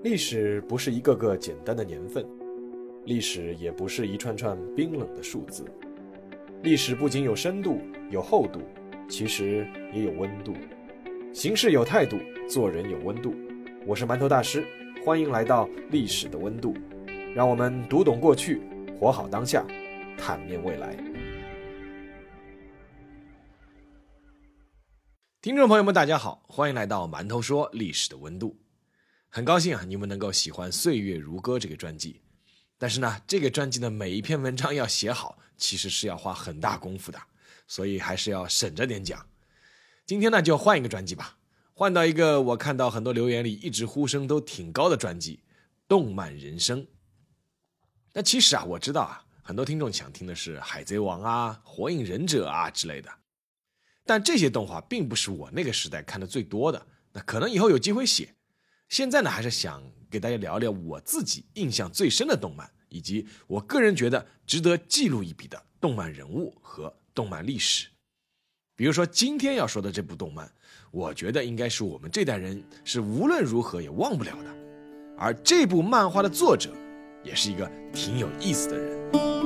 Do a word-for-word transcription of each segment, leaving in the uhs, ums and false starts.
历史不是一个个简单的年份，历史也不是一串串冰冷的数字。历史不仅有深度有厚度，其实也有温度。行事有态度，做人有温度。我是馒头大师，欢迎来到历史的温度，让我们读懂过去，活好当下，坦面未来。听众朋友们大家好，欢迎来到馒头说历史的温度。很高兴啊，你们能够喜欢岁月如歌这个专辑。但是呢，这个专辑的每一篇文章要写好，其实是要花很大功夫的，所以还是要省着点讲。今天呢，就换一个专辑吧，换到一个我看到很多留言里一直呼声都挺高的专辑，动漫人生。那其实啊，我知道啊，很多听众想听的是海贼王啊、火影忍者啊之类的，但这些动画并不是我那个时代看的最多的，那可能以后有机会写。现在呢，还是想给大家聊聊我自己印象最深的动漫，以及我个人觉得值得记录一笔的动漫人物和动漫历史。比如说今天要说的这部动漫，我觉得应该是我们这代人是无论如何也忘不了的，而这部漫画的作者也是一个挺有意思的人。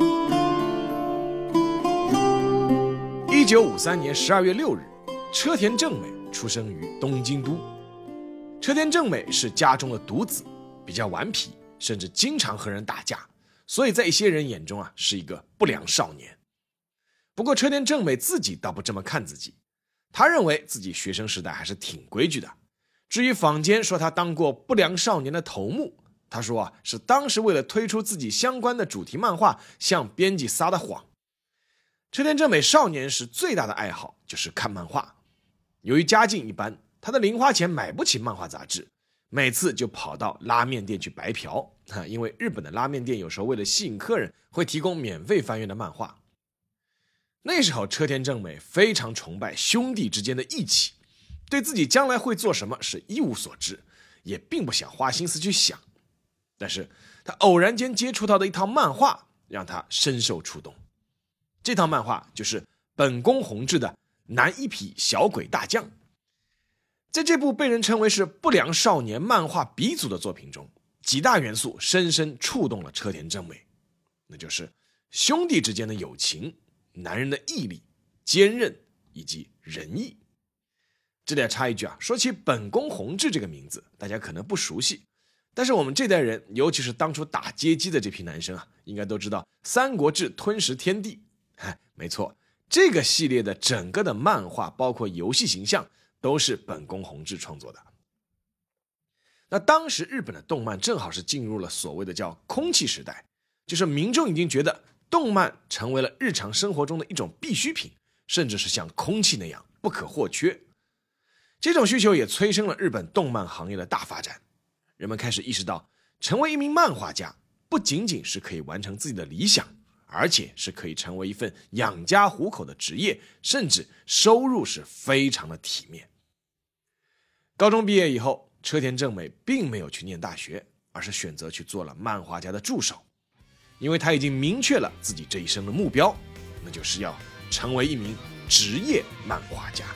一九五三年十二月六日，车田正美出生于东京都。车田正美是家中的独子，比较顽皮，甚至经常和人打架，所以在一些人眼中啊，是一个不良少年。不过车田正美自己倒不这么看自己，他认为自己学生时代还是挺规矩的。至于坊间说他当过不良少年的头目，他说啊，是当时为了推出自己相关的主题漫画，向编辑撒的谎。车田正美少年时最大的爱好就是看漫画，由于家境一般，他的零花钱买不起漫画杂志，每次就跑到拉面店去白嫖，因为日本的拉面店有时候为了吸引客人，会提供免费翻阅的漫画。那时候车田正美非常崇拜兄弟之间的义气，对自己将来会做什么是一无所知，也并不想花心思去想。但是他偶然间接触到的一套漫画让他深受触动，这套漫画就是本宫弘志的《南一匹小鬼大将》。在这部被人称为是不良少年漫画鼻祖的作品中，几大元素深深触动了车田正美，那就是兄弟之间的友情、男人的毅力、坚韧以及仁义。这里插一句啊，说起本宫弘志这个名字，大家可能不熟悉，但是我们这代人，尤其是当初打街机的这批男生啊，应该都知道《三国志吞食天地》。没错，这个系列的整个的漫画包括游戏形象都是本宫弘志创作的。那当时日本的动漫正好是进入了所谓的叫空气时代，就是民众已经觉得动漫成为了日常生活中的一种必需品，甚至是像空气那样不可或缺。这种需求也催生了日本动漫行业的大发展，人们开始意识到成为一名漫画家不仅仅是可以完成自己的理想，而且是可以成为一份养家糊口的职业，甚至收入是非常的体面。高中毕业以后，车田正美并没有去念大学，而是选择去做了漫画家的助手，因为他已经明确了自己这一生的目标，那就是要成为一名职业漫画家。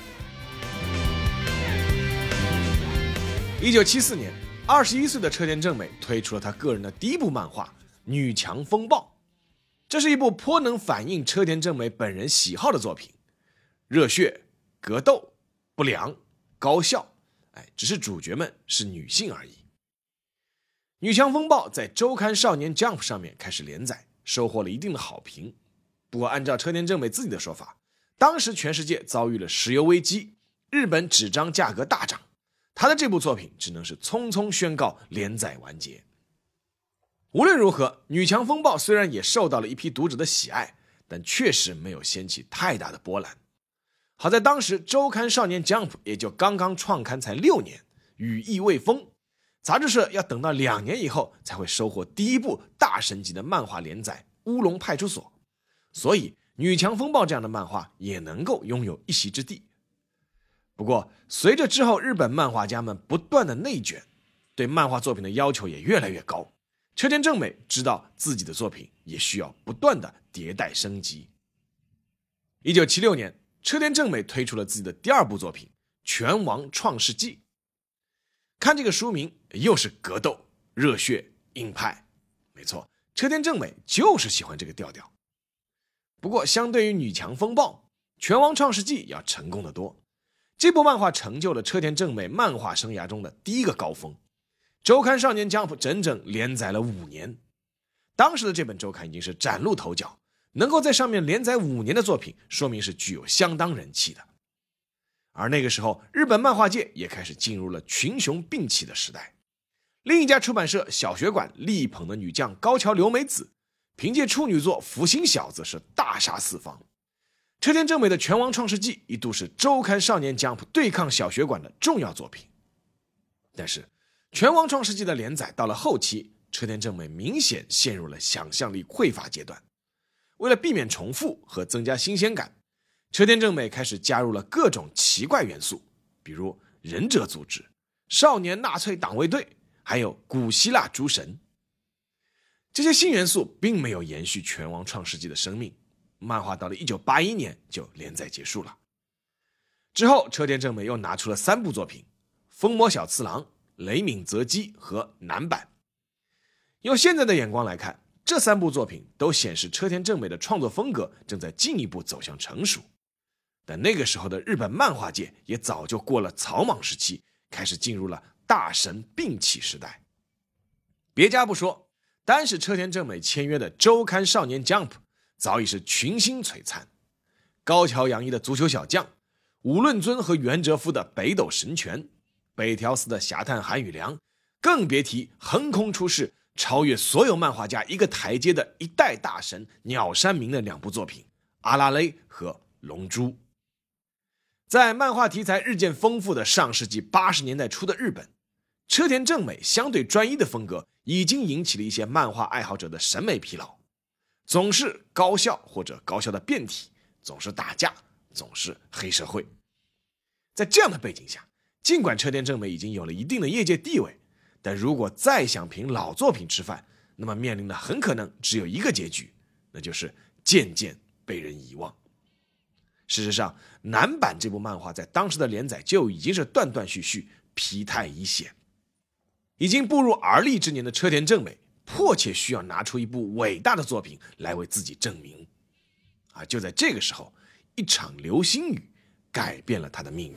一九七四年，二十一岁的车田正美推出了他个人的第一部漫画《女强风暴》，这是一部颇能反映车田正美本人喜好的作品，热血、格斗、不良、高效，哎，只是主角们是女性而已。女强风暴在周刊少年 Jump 上面开始连载，收获了一定的好评。不过按照车田正美自己的说法，当时全世界遭遇了石油危机，日本纸张价格大涨，他的这部作品只能是匆匆宣告连载完结。无论如何，女强风暴虽然也受到了一批读者的喜爱，但确实没有掀起太大的波澜。好在当时周刊少年 Jump 也就刚刚创刊才六年，羽翼未丰，杂志社要等到两年以后才会收获第一部大神级的漫画连载《乌龙派出所》，所以女强风暴这样的漫画也能够拥有一席之地。不过随着之后日本漫画家们不断的内卷，对漫画作品的要求也越来越高，车田正美知道自己的作品也需要不断的迭代升级。一九七六年，车田正美推出了自己的第二部作品《拳王创世纪》。看这个书名，又是格斗热血硬派。没错，车田正美就是喜欢这个调调。不过相对于女强风暴，拳王创世纪要成功得多。这部漫画成就了车田正美漫画生涯中的第一个高峰，周刊少年 Jump 整整连载了五年。当时的这本周刊已经是崭露头角，能够在上面连载五年的作品，说明是具有相当人气的。而那个时候，日本漫画界也开始进入了群雄并起的时代。另一家出版社小学馆力捧的女将高桥留美子，凭借处女作《福星小子》是大杀四方。车田正美的《拳王创世纪》一度是周刊少年 Jump 对抗小学馆的重要作品。但是《拳王创世纪》的连载到了后期，车田正美明显陷入了想象力匮乏阶段。为了避免重复和增加新鲜感，车田正美开始加入了各种奇怪元素，比如忍者组织、少年纳粹党卫队，还有古希腊诸神。这些新元素并没有延续《拳王创世纪》的生命，漫画到了一九八一年就连载结束了。之后车田正美又拿出了三部作品：疯魔小次郎、雷敏泽基和男版。用现在的眼光来看，这三部作品都显示车田正美的创作风格正在进一步走向成熟。但那个时候的日本漫画界也早就过了草莽时期，开始进入了大神并起时代。别家不说，单是车田正美签约的周刊少年 Jump 早已是群星璀璨，高桥洋一的足球小将，武论尊和袁哲夫的北斗神拳，北条司的侠探韩宇良，更别提横空出世超越所有漫画家一个台阶的一代大神鸟山明的两部作品《阿拉蕾》和《龙珠》。在漫画题材日渐丰富的上世纪八十年代初的日本，车田正美相对专一的风格已经引起了一些漫画爱好者的审美疲劳，总是高校或者高校的变体，总是打架，总是黑社会。在这样的背景下，尽管车田正美已经有了一定的业界地位，但如果再想凭老作品吃饭，那么面临的很可能只有一个结局，那就是渐渐被人遗忘。事实上，男版这部漫画在当时的连载就已经是断断续续，疲态已显。已经步入而立之年的车田正美迫切需要拿出一部伟大的作品来为自己证明。啊，就在这个时候，一场流星雨改变了他的命运。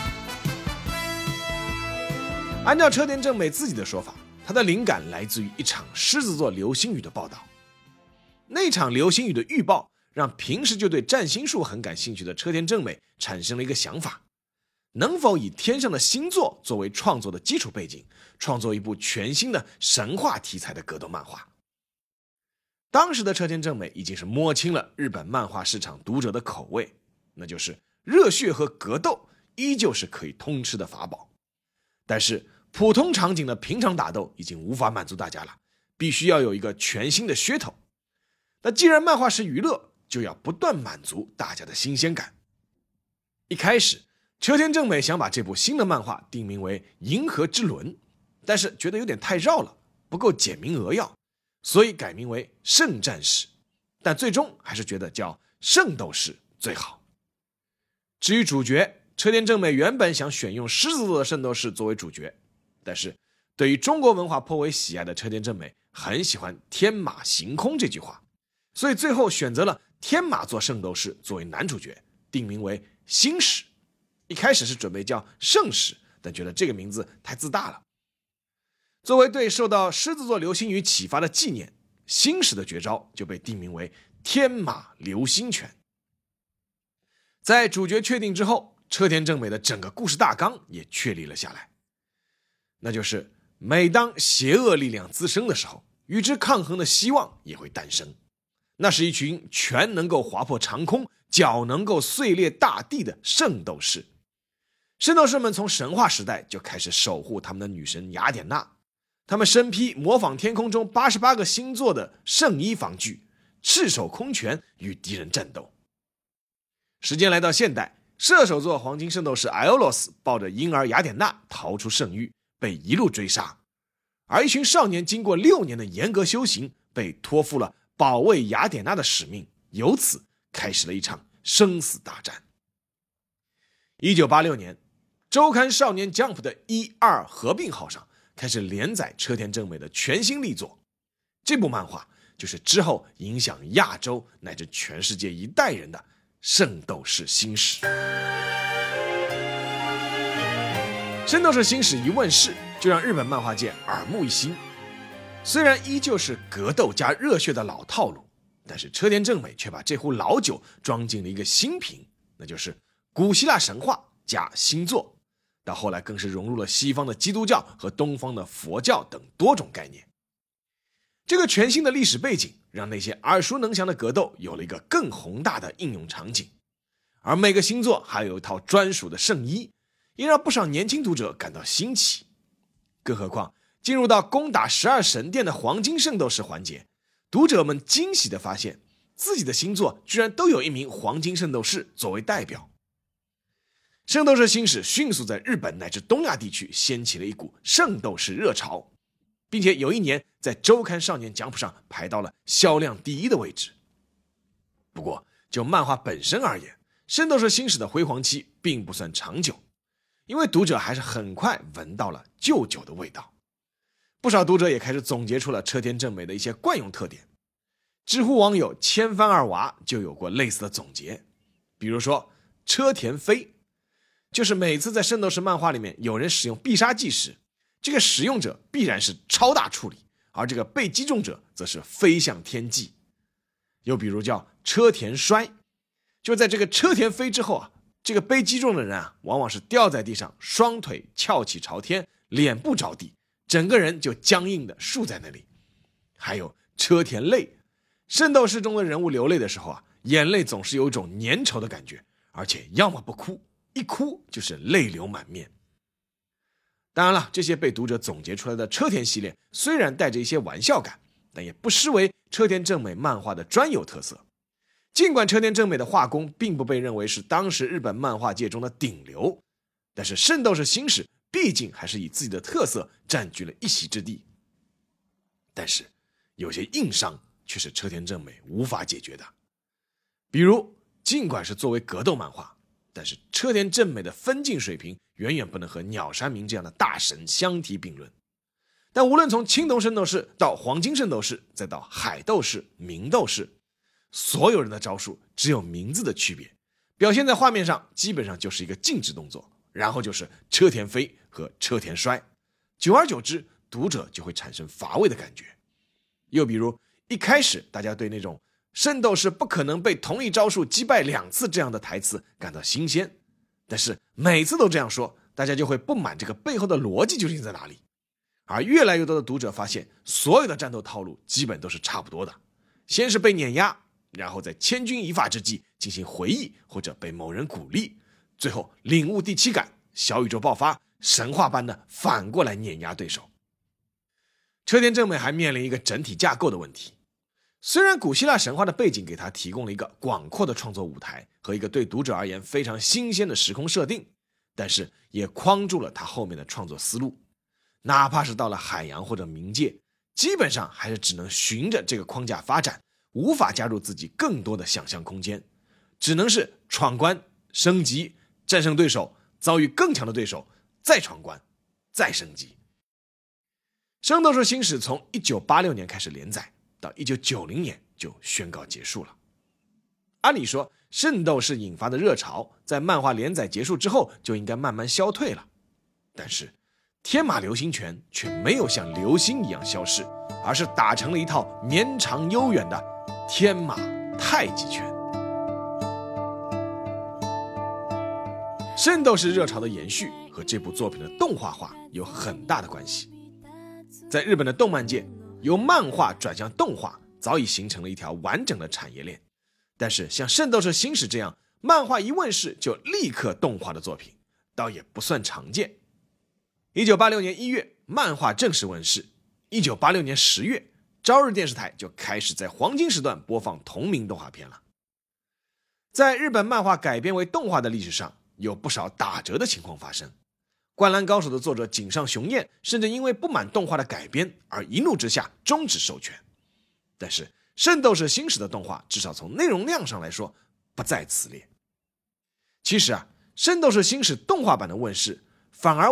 按照车田正美自己的说法，他的灵感来自于一场狮子座流星雨的报道。那场流星雨的预报让平时就对占星术很感兴趣的车田正美产生了一个想法，能否以天上的星座作为创作的基础背景，创作一部全新的神话题材的格斗漫画。当时的车田正美已经是摸清了日本漫画市场读者的口味，那就是热血和格斗依旧是可以通吃的法宝，但是普通场景的平常打斗已经无法满足大家了，必须要有一个全新的噱头。那既然漫画是娱乐，就要不断满足大家的新鲜感。一开始车田正美想把这部新的漫画定名为《银河之轮》，但是觉得有点太绕了，不够简明扼要，所以改名为《圣战士》，但最终还是觉得叫《圣斗士》最好。至于主角，车田正美原本想选用狮子座的圣斗士作为主角，但是对于中国文化颇为喜爱的车田正美很喜欢天马行空这句话，所以最后选择了天马座圣斗士作为男主角，定名为星矢。一开始是准备叫圣矢，但觉得这个名字太自大了。作为对受到狮子座流星雨启发的纪念，星矢的绝招就被定名为天马流星拳。在主角确定之后，车田正美的整个故事大纲也确立了下来，那就是每当邪恶力量滋生的时候，与之抗衡的希望也会诞生。那是一群拳能够划破长空，脚能够碎裂大地的圣斗士。圣斗士们从神话时代就开始守护他们的女神雅典娜，他们身披模仿天空中八十八个星座的圣衣防具，赤手空拳与敌人战斗。时间来到现代，射手座黄金圣斗士艾欧洛斯抱着婴儿雅典娜逃出圣域，被一路追杀，而一群少年经过六年的严格修行，被托付了保卫雅典娜的使命，由此开始了一场生死大战。一九八六年，周刊少年 Jump 的一二合并号上开始连载车田正美的全新力作。这部漫画就是之后影响亚洲乃至全世界一代人的《圣斗士星矢》。《圣斗士星矢》一问世，就让日本漫画界耳目一新。虽然依旧是格斗加热血的老套路，但是车田正美却把这壶老酒装进了一个新瓶，那就是古希腊神话加星座，到后来更是融入了西方的基督教和东方的佛教等多种概念。这个全新的历史背景让那些耳熟能详的格斗有了一个更宏大的应用场景，而每个星座还有一套专属的圣衣，也让不少年轻读者感到新奇。更何况进入到攻打十二神殿的黄金圣斗士环节，读者们惊喜地发现自己的星座居然都有一名黄金圣斗士作为代表。圣斗士星矢迅速在日本乃至东亚地区掀起了一股圣斗士热潮，并且有一年在周刊少年奖谱上排到了销量第一的位置。不过就漫画本身而言，圣斗士星矢的辉煌期并不算长久，因为读者还是很快闻到了旧酒的味道。不少读者也开始总结出了车田正美的一些惯用特点。知乎网友千帆二娃就有过类似的总结，比如说车田飞，就是每次在圣斗士漫画里面有人使用必杀技时，这个使用者必然是超大处理，而这个被击中者则是飞向天际。又比如叫车田摔，就在这个车田飞之后啊，这个被击中的人啊，往往是掉在地上，双腿翘起朝天，脸部着地，整个人就僵硬的竖在那里。还有车田泪，圣斗士中的人物流泪的时候啊，眼泪总是有一种粘稠的感觉，而且要么不哭，一哭就是泪流满面。当然了，这些被读者总结出来的车田系列虽然带着一些玩笑感，但也不失为车田正美漫画的专有特色。尽管车田正美的画工并不被认为是当时日本漫画界中的顶流，但是圣斗士星矢毕竟还是以自己的特色占据了一席之地。但是有些硬伤却是车田正美无法解决的，比如尽管是作为格斗漫画，但是车田正美的分镜水平远远不能和鸟山明这样的大神相提并论。但无论从青铜圣斗士到黄金圣斗士，再到海斗士、明斗士，所有人的招数只有名字的区别，表现在画面上基本上就是一个静止动作，然后就是车田飞和车田摔，久而久之读者就会产生乏味的感觉。又比如一开始大家对那种圣斗士不可能被同一招数击败两次这样的台词感到新鲜，但是每次都这样说，大家就会不满这个背后的逻辑究竟在哪里。而越来越多的读者发现，所有的战斗套路基本都是差不多的，先是被碾压，然后在千钧一发之际进行回忆或者被某人鼓励，最后领悟第七感，小宇宙爆发，神话般的反过来碾压对手。车田正美还面临一个整体架构的问题，虽然古希腊神话的背景给他提供了一个广阔的创作舞台和一个对读者而言非常新鲜的时空设定，但是也框住了他后面的创作思路。哪怕是到了海洋或者冥界，基本上还是只能循着这个框架发展，无法加入自己更多的想象空间，只能是闯关、升级、战胜对手，遭遇更强的对手，再闯关，再升级。圣斗士星矢从一九八六年开始连载，到一九九零年就宣告结束了。按理说圣斗士引发的热潮在漫画连载结束之后就应该慢慢消退了，但是天马流星拳却没有像流星一样消失，而是打成了一套绵长悠远的天马太极拳。圣斗士热潮的延续和这部作品的动画化有很大的关系。在日本的动漫界，由漫画转向动画早已形成了一条完整的产业链，但是像圣斗士星矢这样漫画一问世就立刻动画的作品倒也不算常见。一九八六年一月漫画正式问世，一九八六年十月朝日电视台就开始在黄金时段播放同名动画片了。在日本漫画改编为动画的历史上，有不少打折的情况发生。灌篮高手的作者井上雄彦甚至因为不满动画的改编而一怒之下终止授权。但是圣斗士星矢的动画至少从内容量上来说不在此列。其实啊，圣斗士星矢动画版的问世反而为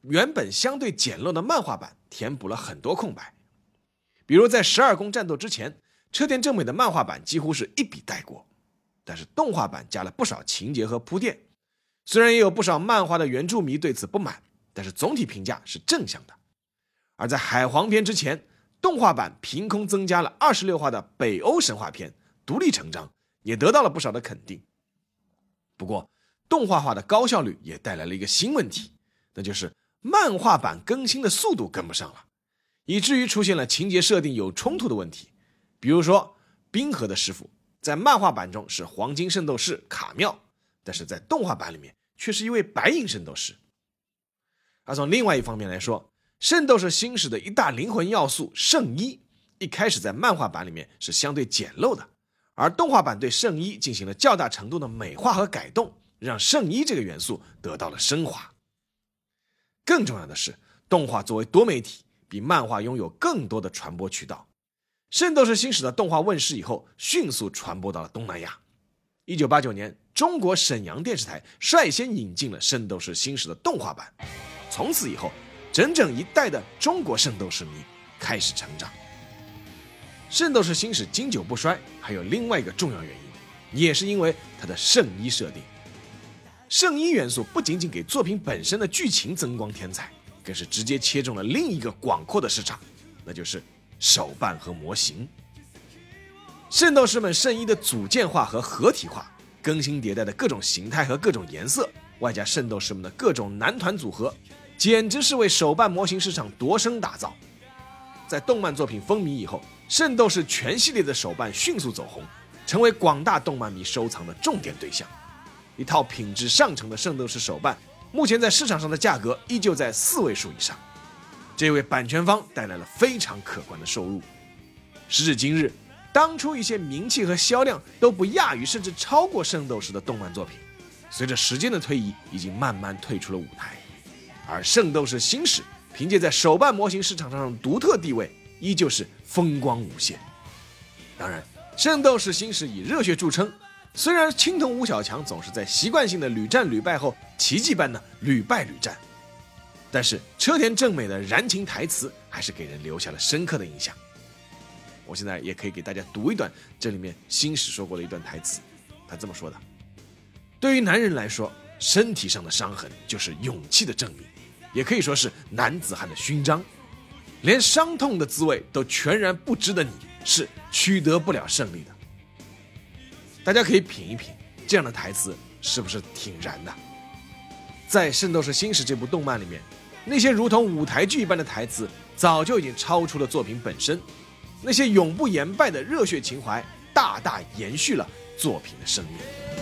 原本相对简陋的漫画版填补了很多空白。比如在十二宫战斗之前，车田正美的漫画版几乎是一笔带过，但是动画版加了不少情节和铺垫。虽然也有不少漫画的原著迷对此不满，但是总体评价是正向的。而在海皇篇之前，动画版凭空增加了二十六话的北欧神话篇，独立成章，也得到了不少的肯定。不过动画化的高效率也带来了一个新问题，那就是漫画版更新的速度跟不上了，以至于出现了情节设定有冲突的问题。比如说冰河的师傅在漫画版中是黄金圣斗士卡妙，但是在动画版里面却是一位白银圣斗士。而从另外一方面来说，圣斗士星矢的一大灵魂要素圣衣一开始在漫画版里面是相对简陋的，而动画版对圣衣进行了较大程度的美化和改动，让圣衣这个元素得到了升华。更重要的是，动画作为多媒体，比漫画拥有更多的传播渠道。圣斗士星矢的动画问世以后，迅速传播到了东南亚。一九八九年，中国沈阳电视台率先引进了圣斗士星矢的动画版，从此以后，整整一代的中国圣斗士迷开始成长。圣斗士星矢经久不衰，还有另外一个重要原因，也是因为它的圣衣设定。圣衣元素不仅仅给作品本身的剧情增光添彩，更是直接切中了另一个广阔的市场，那就是手办和模型。圣斗士们圣衣的组件化和合体化，更新迭代的各种形态和各种颜色，外加圣斗士们的各种男团组合，简直是为手办模型市场度身打造。在动漫作品风靡以后，圣斗士全系列的手办迅速走红，成为广大动漫迷收藏的重点对象。一套品质上乘的圣斗士手办，目前在市场上的价格依旧在四位数以上，这为版权方带来了非常可观的收入。时至今日，当初一些名气和销量都不亚于甚至超过圣斗士的动漫作品，随着时间的推移，已经慢慢退出了舞台。而圣斗士星矢凭借在手办模型市场上的独特地位，依旧是风光无限。当然，圣斗士星矢以热血著称，虽然青铜吴小强总是在习惯性的屡战屡败后，奇迹般的屡败屡战，但是车田正美的燃情台词还是给人留下了深刻的印象。我现在也可以给大家读一段这里面星矢说过的一段台词，他这么说的：对于男人来说，身体上的伤痕就是勇气的证明，也可以说是男子汉的勋章。连伤痛的滋味都全然不知的你，是取得不了胜利的。大家可以品一品，这样的台词是不是挺燃的？在《圣斗士星矢》这部动漫里面，那些如同舞台剧一般的台词早就已经超出了作品本身，那些永不言败的热血情怀大大延续了作品的生命。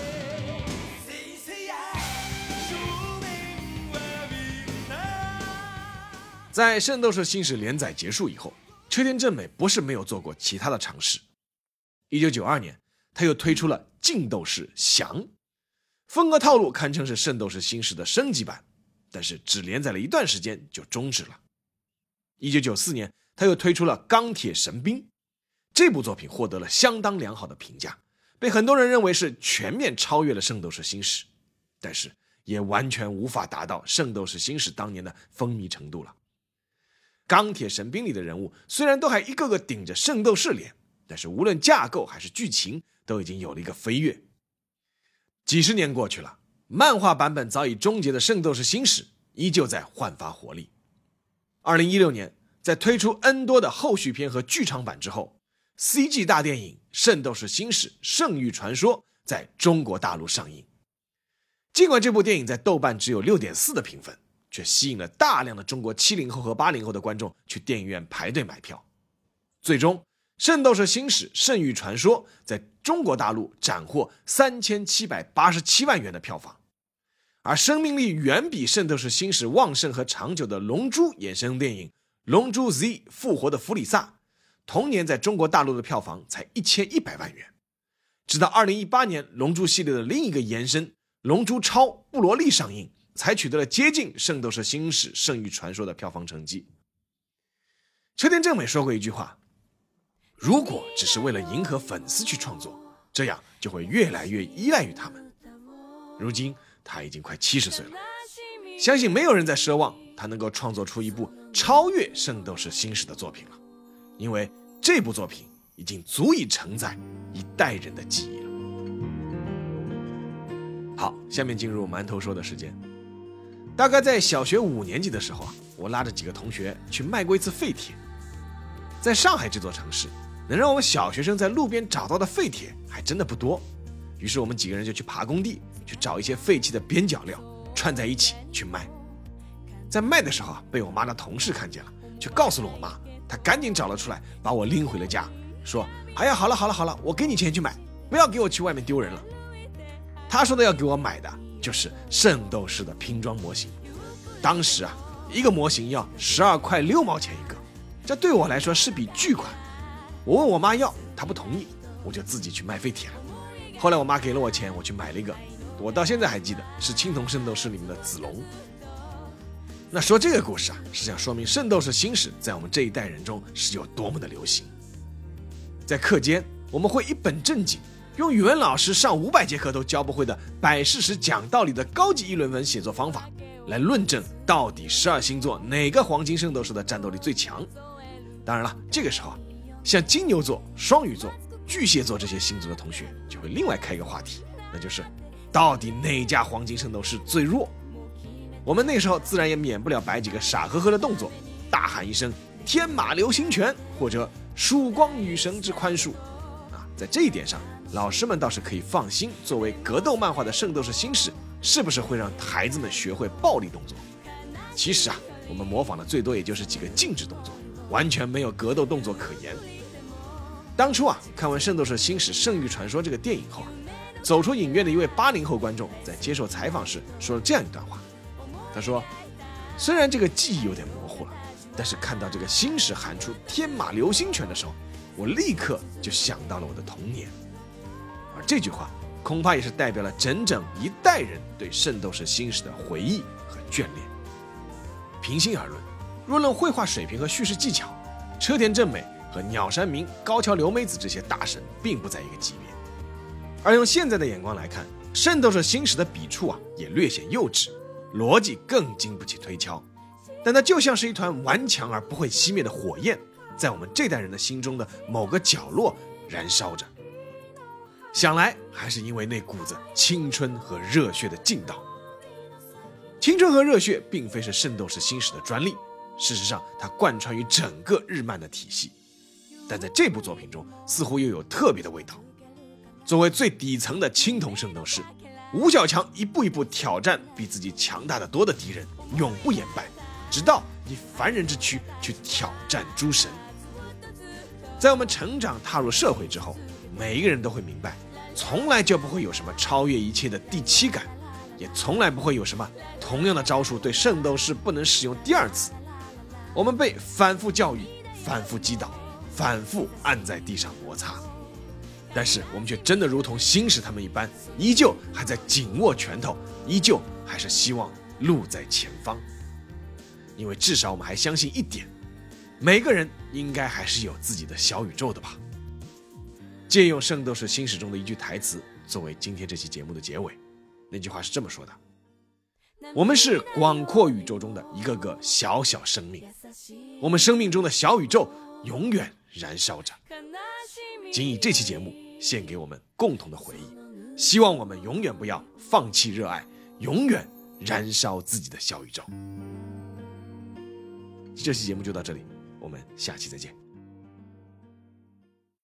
在《圣斗士星矢》连载结束以后，车田正美不是没有做过其他的尝试。一九九二年，他又推出了劲斗士翔，风格套路堪称是《圣斗士星矢》的升级版，但是只连载了一段时间就终止了。一九九四年，他又推出了钢铁神兵，这部作品获得了相当良好的评价，被很多人认为是全面超越了《圣斗士星矢》，但是也完全无法达到《圣斗士星矢》当年的风靡程度了。钢铁神兵里的人物虽然都还一个个顶着圣斗士脸，但是无论架构还是剧情都已经有了一个飞跃。几十年过去了，漫画版本早已终结的圣斗士星矢依旧在焕发活力。二零一六年，在推出 N 多的后续篇和剧场版之后， C G 大电影《圣斗士星矢圣域传说》在中国大陆上映。尽管这部电影在豆瓣只有 六点四 的评分，却吸引了大量的中国七零后和八零后的观众去电影院排队买票。最终，《圣斗士星矢圣域传说》在中国大陆斩获三千七百八十七万元的票房，而生命力远比《圣斗士星矢》旺盛和长久的龙珠衍生电影《龙珠 Z 复活的弗里萨》同年在中国大陆的票房才一千一百万元。直到二零一八年，龙珠系列的另一个延伸《龙珠超布罗利》上映，才取得了接近《圣斗士星矢圣域传说》的票房成绩。车田正美说过一句话：如果只是为了迎合粉丝去创作，这样就会越来越依赖于他们。如今他已经快七十岁了，相信没有人在奢望他他能够创作出一部超越《圣斗士星矢》的作品了，因为这部作品已经足以承载一代人的记忆了。好，下面进入馒头说的时间。大概在小学五年级的时候啊，我拉着几个同学去卖过一次废铁。在上海这座城市，能让我们小学生在路边找到的废铁还真的不多，于是我们几个人就去爬工地，去找一些废弃的边角料串在一起去卖。在卖的时候啊，被我妈的同事看见了，就告诉了我妈，她赶紧找了出来，把我拎回了家，说：哎呀，好了好了好了，我给你钱去买，不要给我去外面丢人了。她说的要给我买的就是圣斗士的拼装模型，当时啊，一个模型要十二块六毛钱一个，这对我来说是笔巨款。我问我妈要，她不同意，我就自己去卖废铁了。后来我妈给了我钱，我去买了一个，我到现在还记得是青铜圣斗士里面的子龙。那说这个故事啊，是想说明圣斗士星矢在我们这一代人中是有多么的流行。在课间，我们会一本正经用语文老师上五百节课都教不会的摆事实讲道理的高级议论文写作方法，来论证到底十二星座哪个黄金圣斗士的战斗力最强。当然了，这个时候啊，像金牛座、双鱼座、巨蟹座这些星座的同学就会另外开一个话题，那就是到底哪家黄金圣斗士最弱。我们那时候自然也免不了摆几个傻呵呵的动作，大喊一声天马流星拳或者曙光女神之宽恕啊，在这一点上老师们倒是可以放心，作为格斗漫画的圣斗士星矢是不是会让孩子们学会暴力动作。其实啊，我们模仿的最多也就是几个静止动作，完全没有格斗动作可言。当初啊，看完《圣斗士星矢圣域传说》这个电影后啊，走出影院的一位八零后观众在接受采访时说了这样一段话。他说，虽然这个记忆有点模糊了，但是看到这个星矢喊出天马流星拳的时候，我立刻就想到了我的童年。而这句话恐怕也是代表了整整一代人对圣斗士星矢的回忆和眷恋。平心而论，若论绘画水平和叙事技巧，车田正美和鸟山明、高桥留美子这些大神并不在一个级别。而用现在的眼光来看，圣斗士星矢的笔触啊也略显幼稚，逻辑更经不起推敲，但它就像是一团顽强而不会熄灭的火焰，在我们这代人的心中的某个角落燃烧着。想来还是因为那股子青春和热血的劲道。青春和热血并非是圣斗士星矢的专利，事实上它贯穿于整个日漫的体系，但在这部作品中似乎又有特别的味道。作为最底层的青铜圣斗士，吴小强一步一步挑战比自己强大的多的敌人，永不言败，直到以凡人之躯去挑战诸神。在我们成长踏入社会之后，每一个人都会明白，从来就不会有什么超越一切的第七感，也从来不会有什么同样的招数对圣斗士不能使用第二次。我们被反复教育，反复击倒，反复按在地上摩擦，但是我们却真的如同星矢他们一般，依旧还在紧握拳头，依旧还是希望路在前方。因为至少我们还相信一点，每个人应该还是有自己的小宇宙的吧。借用《圣斗士星矢》中的一句台词作为今天这期节目的结尾，那句话是这么说的：我们是广阔宇宙中的一个个小小生命，我们生命中的小宇宙永远燃烧着。仅以这期节目献给我们共同的回忆，希望我们永远不要放弃热爱，永远燃烧自己的小宇宙。这期节目就到这里，我们下期再见。